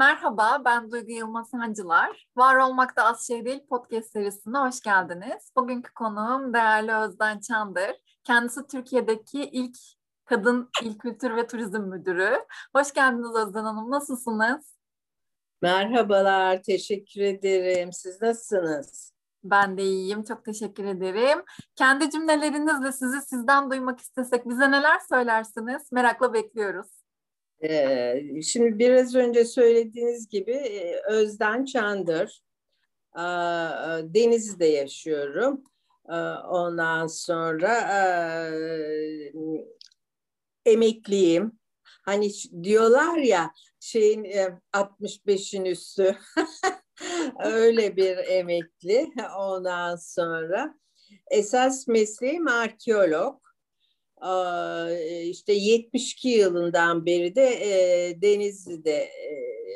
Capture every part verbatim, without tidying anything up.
Merhaba, ben Duygu Yılmaz Hancılar. Var Olmakta Az Şey Değil podcast serisine hoş geldiniz. Bugünkü konuğum değerli Özden Çandır. Kendisi Türkiye'deki ilk kadın İl Kültür ve Turizm Müdürü. Hoş geldiniz Özden Hanım, nasılsınız? Merhabalar, teşekkür ederim. Siz nasılsınız? Ben de iyiyim, çok teşekkür ederim. Kendi cümlelerinizle sizi sizden duymak istesek bize neler söylersiniz? Merakla bekliyoruz. Ee, şimdi biraz önce söylediğiniz gibi e, Özden Çandır. Aa, Denizli'de yaşıyorum. Aa, Ondan sonra e, emekliyim. Hani diyorlar ya şeyin e, altmış beşin üstü öyle bir emekli. Ondan sonra esas mesleğim arkeolog. Aa, işte yetmiş iki yılından beri de e, Denizli'de e,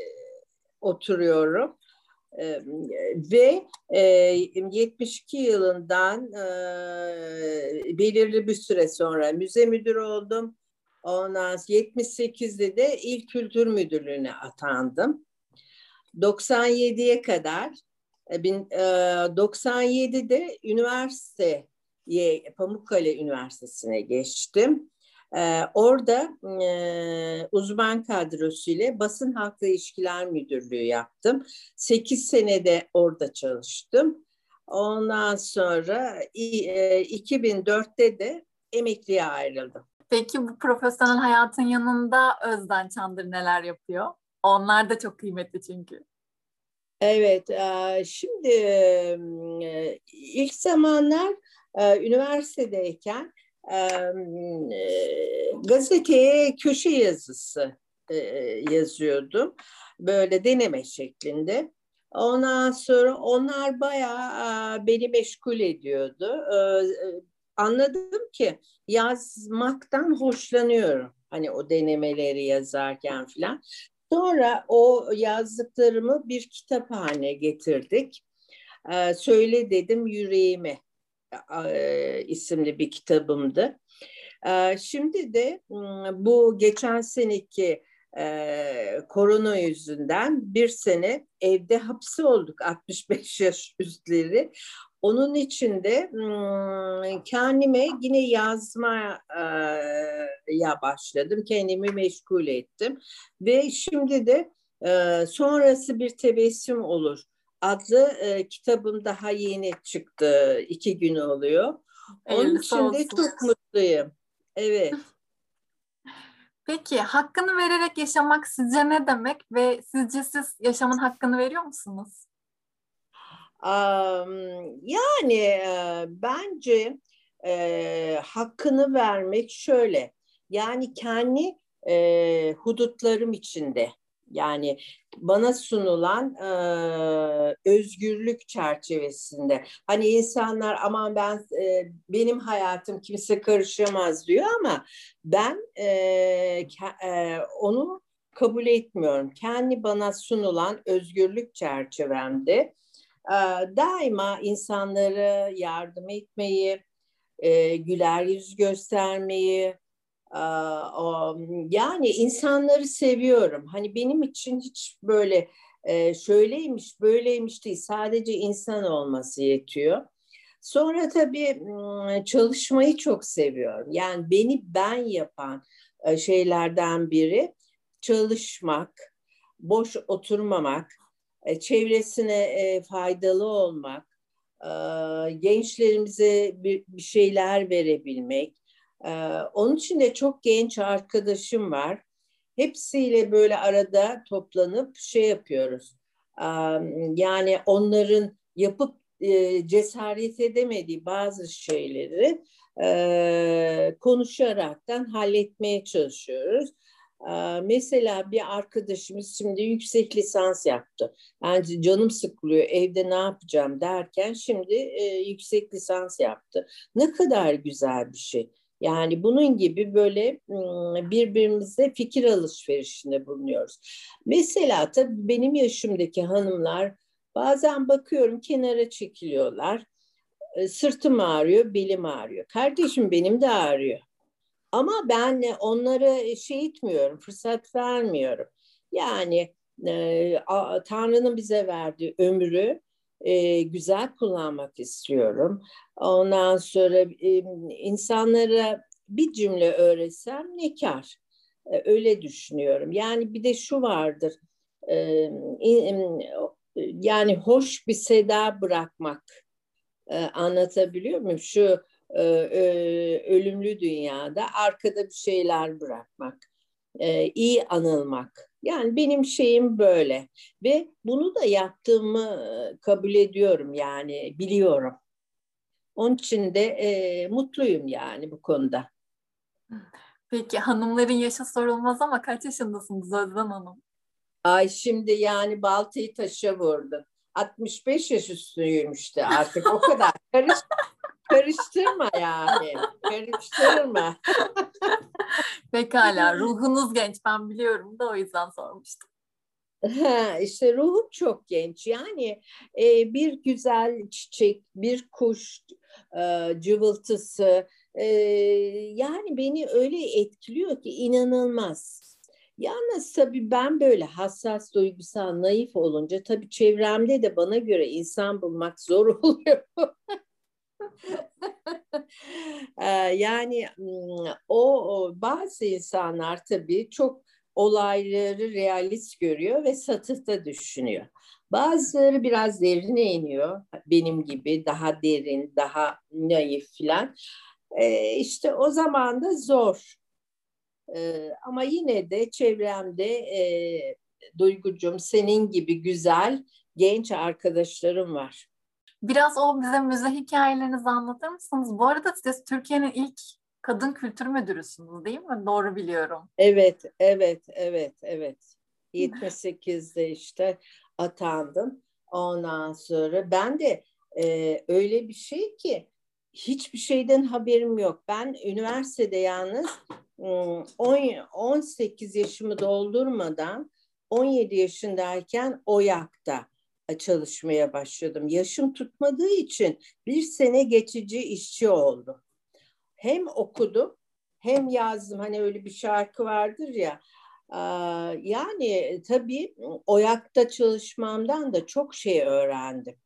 oturuyorum. E, ve e, yetmiş iki yılından e, belirli bir süre sonra müze müdürü oldum. Ondan sonra yetmiş sekizde de İl Kültür Müdürlüğü'ne atandım. doksan yediye kadar e, bin- e, doksan yedide üniversiteye Pamukkale Üniversitesi'ne geçtim. Ee, orada e, uzman kadrosuyla basın halkla ilişkiler müdürlüğü yaptım. sekiz senede orada çalıştım. Ondan sonra e, iki bin dörtte de emekliye ayrıldım. Peki bu profesyonel hayatın yanında Özden Çandır neler yapıyor? Onlar da çok kıymetli çünkü. Evet, e, şimdi e, ilk zamanlar e, üniversitedeyken e, e, gazeteye köşe yazısı e, yazıyordum. Böyle deneme şeklinde. Ondan sonra onlar bayağı e, beni meşgul ediyordu. E, e, Anladım ki yazmaktan hoşlanıyorum. Hani o denemeleri yazarken filan. Sonra o yazdıklarımı bir kitap haline getirdik. Ee, Söyle Dedim Yüreğime e, isimli bir kitabımdı. Ee, şimdi de bu geçen seneki e, korona yüzünden bir sene evde hapsi olduk altmış beş yaş üstleri. Onun için de kendime yine yazmaya başladım. Kendimi meşgul ettim. Ve şimdi de e, Sonrası Bir Tebessüm Olur adlı e, kitabım daha yeni çıktı. İki gün oluyor. Onun Hayırlısı için de olsun. çok mutluyum. Evet. Peki hakkını vererek yaşamak sizce ne demek ve sizce siz yaşamın hakkını veriyor musunuz? Am, Yani e, bence e, hakkını vermek şöyle. Yani kendi e, hudutlarım içinde. Yani bana sunulan e, özgürlük çerçevesinde. Hani insanlar aman ben e, benim hayatım kimse karışamaz diyor ama ben e, ke- e, onu kabul etmiyorum. Kendi bana sunulan özgürlük çerçevemde daima insanlara yardım etmeyi, e, güler yüz göstermeyi, yani insanları seviyorum. Hani benim için hiç böyle e, şöyleymiş, böyleymiş değil, sadece insan olması yetiyor. Sonra tabii çalışmayı çok seviyorum. Yani beni ben yapan e, şeylerden biri çalışmak, boş oturmamak, e, çevresine e, faydalı olmak, e, gençlerimize bir, bir şeyler verebilmek. E, Onun için de çok genç arkadaşım var. Hepsiyle böyle arada toplanıp şey yapıyoruz. E, Yani onların yapıp e, cesaret edemediği bazı şeyleri e, konuşaraktan halletmeye çalışıyoruz. Mesela bir arkadaşımız şimdi yüksek lisans yaptı. Yani canım sıkılıyor, evde ne yapacağım derken şimdi e, yüksek lisans yaptı. Ne kadar güzel bir şey. Yani bunun gibi böyle birbirimizle fikir alışverişinde bulunuyoruz. Mesela tabii benim yaşımdaki hanımlar bazen bakıyorum kenara çekiliyorlar. E, Sırtım ağrıyor, belim ağrıyor. Kardeşim benim de ağrıyor. Ama ben onlara şey etmiyorum, fırsat vermiyorum. Yani e, a, Tanrı'nın bize verdiği ömrü e, güzel kullanmak istiyorum. Ondan sonra e, insanlara bir cümle öğretsem ne kâr? E, öyle düşünüyorum. Yani bir de şu vardır. E, in, Yani hoş bir seda bırakmak. E, anlatabiliyor muyum? Şu e, e, ölümlü dünyada arkada bir şeyler bırakmak, e, iyi anılmak. Yani benim şeyim böyle ve bunu da yaptığımı e, kabul ediyorum, yani biliyorum. Onun için de e, mutluyum yani bu konuda. Peki hanımların yaşı sorulmaz ama kaç yaşındasınız Özlem Hanım? Ay şimdi yani baltayı taşa vurdum. altmış beş yaş üstüymüş de artık o kadar. Karış, karıştırma yani. Karıştırma. Pekala, ruhunuz genç ben biliyorum da o yüzden sormuştum. Ha, işte ruhum çok genç. Yani e, bir güzel çiçek, bir kuş e, cıvıltısı, e, yani beni öyle etkiliyor ki inanılmaz. Yalnız tabii ben böyle hassas, duygusal, naif olunca tabii çevremde de bana göre insan bulmak zor oluyor. Ee, Yani mm, o, o bazı insanlar tabii çok olayları realist görüyor ve satıhta düşünüyor. Bazıları biraz derine iniyor. Benim gibi daha derin, daha naif filan. Ee, işte o zaman da zor. Ee, ama yine de çevremde e, Duygucum senin gibi güzel genç arkadaşlarım var. Biraz o bize müze hikayelerinizi anlatır mısınız? Bu arada siz Türkiye'nin ilk kadın kültür müdürüsünüz değil mi? Doğru biliyorum. Evet, evet, evet, evet. yetmiş sekizde işte atandım. Ondan sonra ben de e, öyle bir şey ki hiçbir şeyden haberim yok. Ben üniversitede yalnız ım, on, on sekiz yaşımı doldurmadan on yedi yaşındayken OYAK'ta çalışmaya başladım. Yaşım tutmadığı için bir sene geçici işçi oldum. Hem okudum hem yazdım. Hani öyle bir şarkı vardır ya. Yani tabii OYAK'ta çalışmamdan da çok şey öğrendim.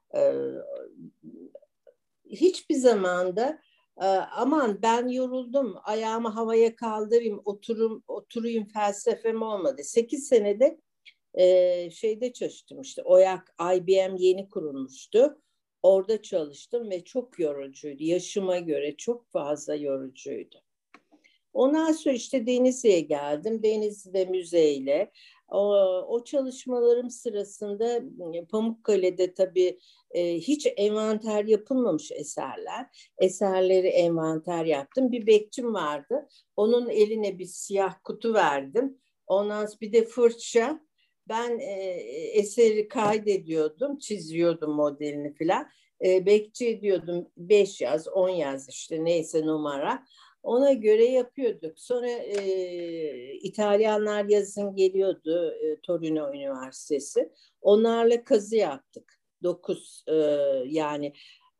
Hiçbir zamanda aman ben yoruldum, ayağımı havaya kaldırayım, oturum, oturayım felsefem olmadı. Sekiz senede e, şeyde çalıştım işte. OYAK, I B M yeni kurulmuştu. Orada çalıştım ve çok yorucuydu. Yaşıma göre çok fazla yorucuydu. Ondan sonra işte Denizli'ye geldim. Denizli'de müzeyle. O, o çalışmalarım sırasında Pamukkale'de tabii e, hiç envanter yapılmamış eserler. Eserleri envanter yaptım. Bir bekçim vardı. Onun eline bir siyah kutu verdim. Ondan sonra bir de fırça. Ben e, eseri kaydediyordum, çiziyordum modelini filan. E, bekçi diyordum beş yaz, on yaz işte neyse numara. Ona göre yapıyorduk. Sonra e, İtalyanlar yazın geliyordu e, Torino Üniversitesi. Onlarla kazı yaptık. Dokuz e, yani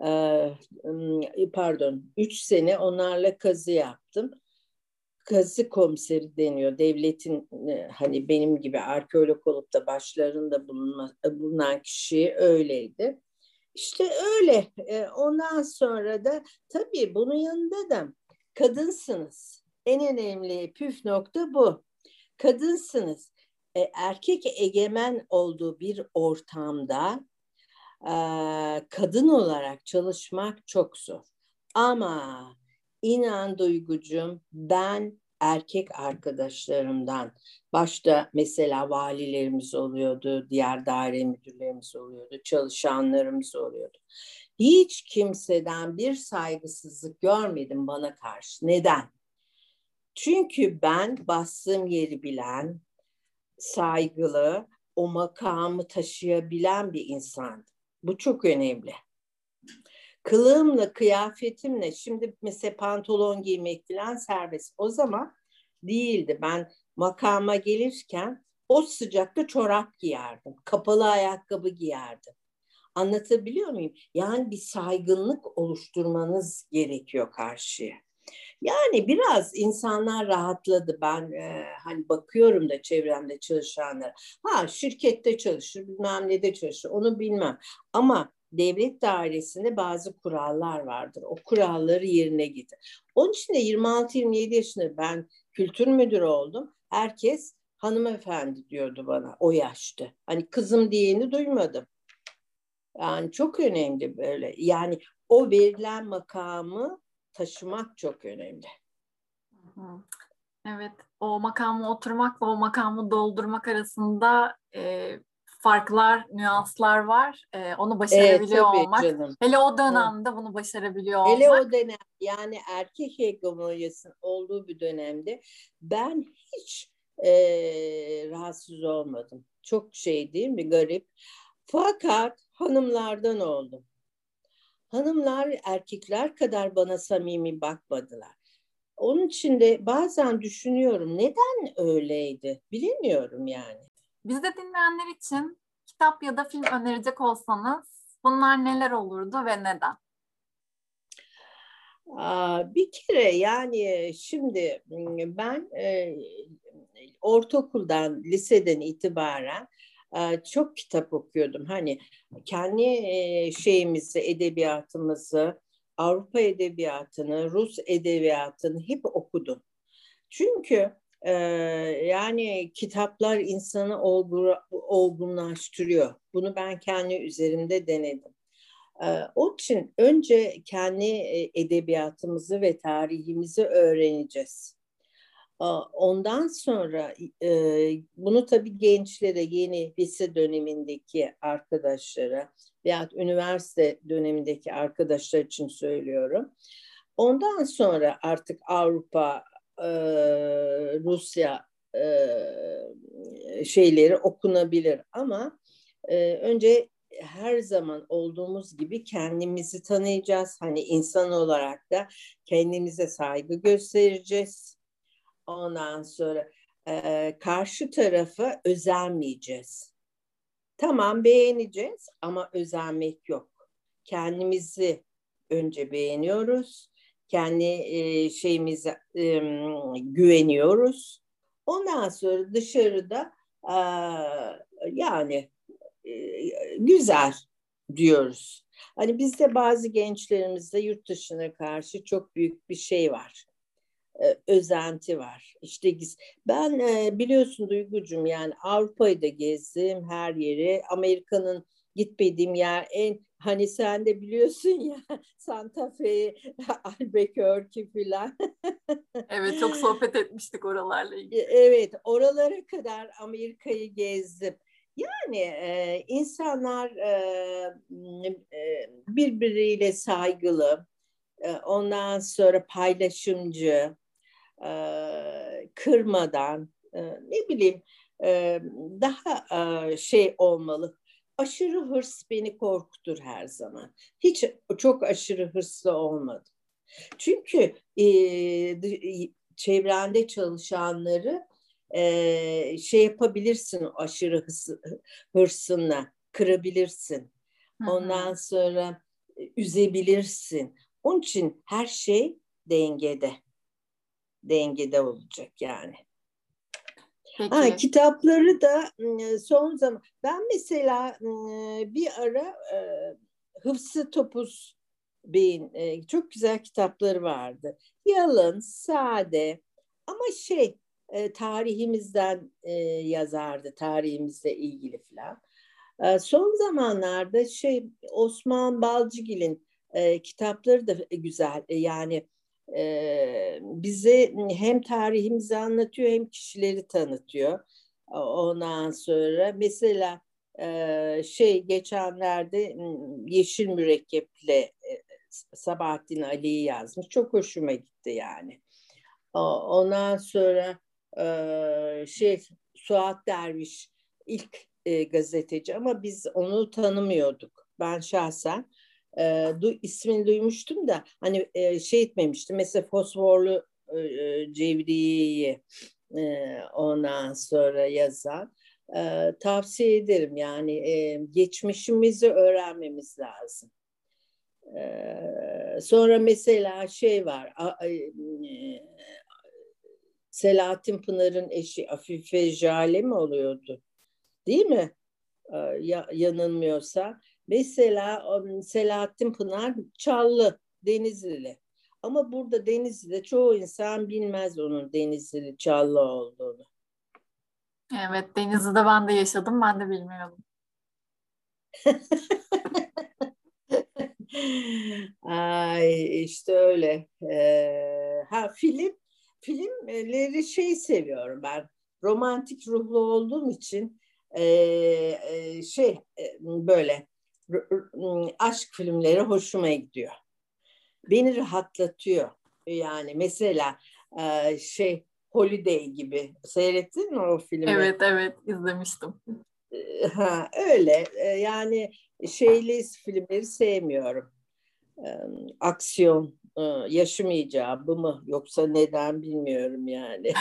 e, pardon üç sene onlarla kazı yaptım. Kazı komiseri deniyor. Devletin e, hani benim gibi arkeolog olup da başlarında bulunma, bulunan kişi öyleydi. İşte öyle. E, ondan sonra da tabii bunun yanında da kadınsınız. En önemli püf nokta bu. Kadınsınız. E, erkek egemen olduğu bir ortamda e, kadın olarak çalışmak çok zor. Ama inan Duygucuğum ben erkek arkadaşlarımdan başta mesela valilerimiz oluyordu, diğer daire müdürlerimiz oluyordu, çalışanlarımız oluyordu. Hiç kimseden bir saygısızlık görmedim bana karşı. Neden? Çünkü ben bastığım yeri bilen, saygılı, o makamı taşıyabilen bir insandım. Bu çok önemli. Kılığımla, kıyafetimle şimdi mesela pantolon giymek falan serbest. O zaman değildi. Ben makama gelirken o sıcakta çorap giyerdim. Kapalı ayakkabı giyerdim. Anlatabiliyor muyum? Yani bir saygınlık oluşturmanız gerekiyor karşıya. Yani biraz insanlar rahatladı. Ben e, hani bakıyorum da çevremde çalışanlara. Ha şirkette çalışır, bilmem ne de çalışır. Onu bilmem. Ama devlet dairesinde bazı kurallar vardır. O kuralları yerine getir. Onun için de yirmi altı yirmi yedi yaşında ben kültür müdürü oldum. Herkes hanımefendi diyordu bana o yaşta. Hani kızım diyeni duymadım. Yani çok önemli böyle. Yani o verilen makamı taşımak çok önemli. Hı. Evet, o makama oturmakla o makamı doldurmak arasında e, farklar, nüanslar var. E, onu Evet başarabiliyor tabii olmak, canım. hele o Hı. dönemde bunu başarabiliyor Hele olmak. o dönem yani erkek hegemonyasının olduğu bir dönemde ben hiç e, rahatsız olmadım. Çok şey değil mi garip. Fakat hanımlardan oldum. Hanımlar erkekler kadar bana samimi bakmadılar. Onun için de bazen düşünüyorum neden öyleydi bilemiyorum yani. Bizde dinleyenler için kitap ya da film önerecek olsanız bunlar neler olurdu ve neden? Aa, bir kere yani şimdi ben e, ortaokuldan, liseden itibaren e, çok kitap okuyordum. Hani kendi e, şeyimizi, edebiyatımızı, Avrupa edebiyatını, Rus edebiyatını hep okudum. Çünkü e, yani kitaplar insanı olgu, olgunlaştırıyor. Bunu ben kendi üzerimde denedim. Ee, Onun için önce kendi e, edebiyatımızı ve tarihimizi öğreneceğiz. Ondan sonra e, bunu tabii gençlere, yeni lise dönemindeki arkadaşlara veya üniversite dönemindeki arkadaşlar için söylüyorum. Ondan sonra artık Avrupa, e, Rusya e, şeyleri okunabilir ama e, önce her zaman olduğumuz gibi kendimizi tanıyacağız. Hani insan olarak da kendimize saygı göstereceğiz. Ondan sonra e, karşı tarafa özenmeyeceğiz. Tamam beğeneceğiz ama özenmek yok. Kendimizi önce beğeniyoruz. Kendi e, şeyimize e, güveniyoruz. Ondan sonra dışarıda e, yani e, güzel diyoruz. Hani bizde bazı gençlerimizde yurt dışına karşı çok büyük bir şey var. E, özenti var. İşte ben e, biliyorsun Duygucuğum yani Avrupa'yı da gezdim her yeri. Amerika'nın gitmediğim yer en hani sen de biliyorsun ya Santa Fe, Albuquerque filan. Evet, çok sohbet etmiştik oralarla ilgili. Evet, oralara kadar Amerika'yı gezdim. Yani e, insanlar e, e, birbiriyle saygılı, e, ondan sonra paylaşımcı, e, kırmadan, e, ne bileyim, e, daha e, şey olmalı. Aşırı hırs beni korkutur her zaman. Hiç çok aşırı hırslı olmadım. Çünkü e, çevrende çalışanları e, şey yapabilirsin o aşırı hırs, hırsınla kırabilirsin. Hı Ondan hı. sonra e, üzebilirsin. Onun için her şey dengede. Dengede olacak yani. Ha, Peki. kitapları da ıı, son zaman ben mesela ıı, bir ara e, Hıfzı Topuz Bey'in e, çok güzel kitapları vardı. Yalın, sade ama şey e, tarihimizden e, yazardı, tarihimizle ilgili falan. E, son zamanlarda şey Osman Balcıgil'in e, kitapları da güzel. E, yani e, bize hem tarihimizi anlatıyor hem kişileri tanıtıyor. Ondan sonra mesela e, şey geçenlerde Yeşil Mürekkep'le e, Sabahattin Ali'yi yazmış. Çok hoşuma gitti yani. Ondan sonra e, şey Suat Derviş ilk e, gazeteci ama biz onu tanımıyorduk. Ben şahsen e, du, ismini duymuştum da hani e, şey etmemiştim. Mesela Fosforlu e, Cevriye'yi e, ondan sonra yazan e, tavsiye ederim. Yani e, geçmişimizi öğrenmemiz lazım. Ee, sonra mesela şey var, a, e, Selahattin Pınar'ın eşi Afife Jale mi oluyordu? Değil mi? Ee, ya, yanılmıyorsa. Mesela um, Selahattin Pınar Çallı, Denizlili. Ama burada Denizli'de çoğu insan bilmez onun Denizlili Çallı olduğunu. Evet, Denizli'de ben de yaşadım. Ben de bilmiyordum. Ay işte öyle. Ee, ha film filmleri şey seviyorum ben. Romantik ruhlu olduğum için e, e, şey e, böyle r- r- aşk filmleri hoşuma gidiyor. Beni rahatlatıyor. Yani mesela e, şey Holiday gibi seyrettin mi o filmi? Evet, evet, izlemiştim. E, Ha, öyle. E, yani şeyli filmleri sevmiyorum. E, aksiyon e, yaşım icabı mı yoksa neden bilmiyorum yani.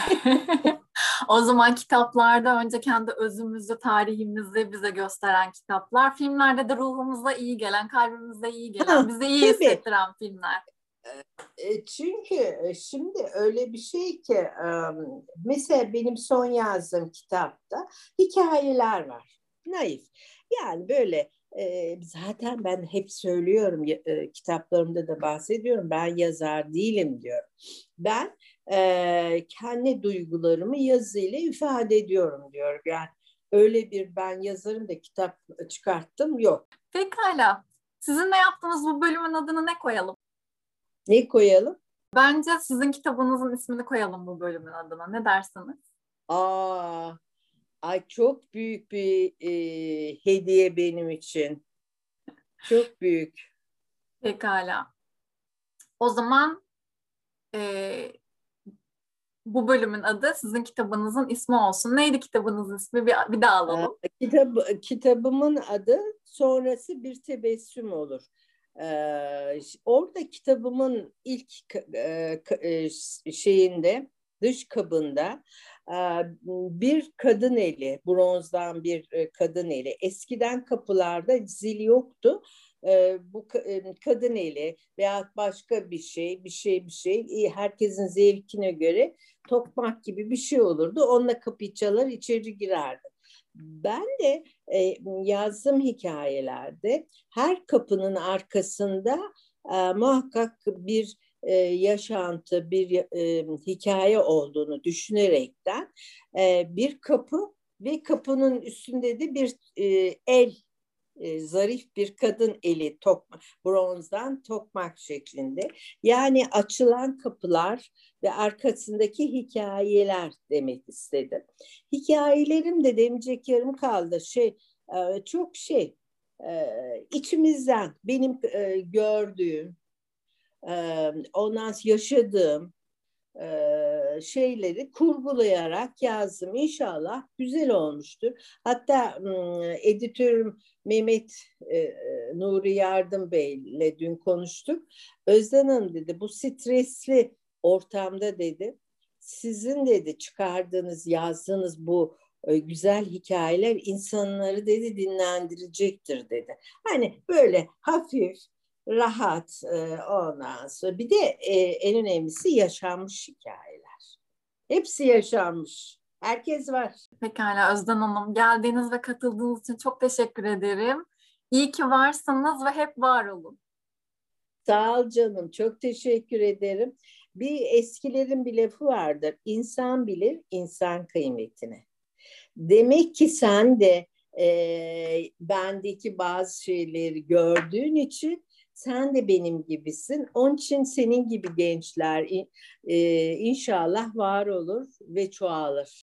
O zaman kitaplarda önce kendi özümüzü, tarihimizi bize gösteren kitaplar, filmlerde de ruhumuza iyi gelen, kalbimize iyi gelen, Ha, bizi iyi tabii. hissettiren filmler. E, çünkü e, şimdi öyle bir şey ki e, mesela benim son yazdığım kitapta hikayeler var. Naif. Yani böyle e, zaten ben hep söylüyorum e, kitaplarımda da bahsediyorum. Ben yazar değilim diyorum. Ben e, kendi duygularımı yazıyla ifade ediyorum diyorum. Yani öyle bir ben yazarım da kitap çıkarttım yok. Pekala. Sizinle yaptığımız bu bölümün adını ne koyalım? Ne koyalım? Bence sizin kitabınızın ismini koyalım bu bölümün adına. Ne dersiniz? Aa, ay çok büyük bir e, hediye benim için. Çok büyük. Pekala. O zaman e, bu bölümün adı sizin kitabınızın ismi olsun. Neydi kitabınızın ismi? Bir, bir daha Ee, alalım. kitap, kitabımın adı sonrası bir tebessüm olur. Ee, orada kitabımın ilk e, e, şeyinde dış kabında e, bir kadın eli, bronzdan bir e, kadın eli. Eskiden kapılarda zil yoktu. E, bu e, kadın eli veya başka bir şey, bir şey, bir şey, herkesin zevkine göre tokmak gibi bir şey olurdu. Onunla kapıyı çalar içeri girerdi. Ben de e, yazdığım hikayelerde her kapının arkasında e, muhakkak bir e, yaşantı, bir e, hikaye olduğunu düşünerekten e, bir kapı ve kapının üstünde de bir e, el, e, zarif bir kadın eli tokma, bronzdan tokmak şeklinde. Yani açılan kapılar ve arkasındaki hikayeler demek istedim. Hikayelerim de demeyecek yarım kaldı. Şey e, çok şey e, içimizden benim e, gördüğüm, e, ondan yaşadığım e, şeyleri kurgulayarak yazdım. İnşallah güzel olmuştur. Hatta m, editörüm Mehmet e, Nuri Yardım Bey'le dün konuştuk. Özden Hanım dedi bu stresli ortamda dedi sizin dedi çıkardığınız yazdığınız bu e, güzel hikayeler insanları dedi dinlendirecektir dedi. Hani böyle hafif rahat e, ondan sonra bir de e, en önemlisi yaşanmış hikayeler. Hepsi yaşanmış. Herkes var. Pekala Özden Hanım. Geldiğiniz ve katıldığınız için çok teşekkür ederim. İyi ki varsınız ve hep var olun. Sağ ol canım. Çok teşekkür ederim. Bir eskilerin bir lafı vardır. İnsan bilir insan kıymetini. Demek ki sen de e, bendeki bazı şeyleri gördüğün için sen de benim gibisin. Onun için senin gibi gençler e, inşallah var olur ve çoğalır.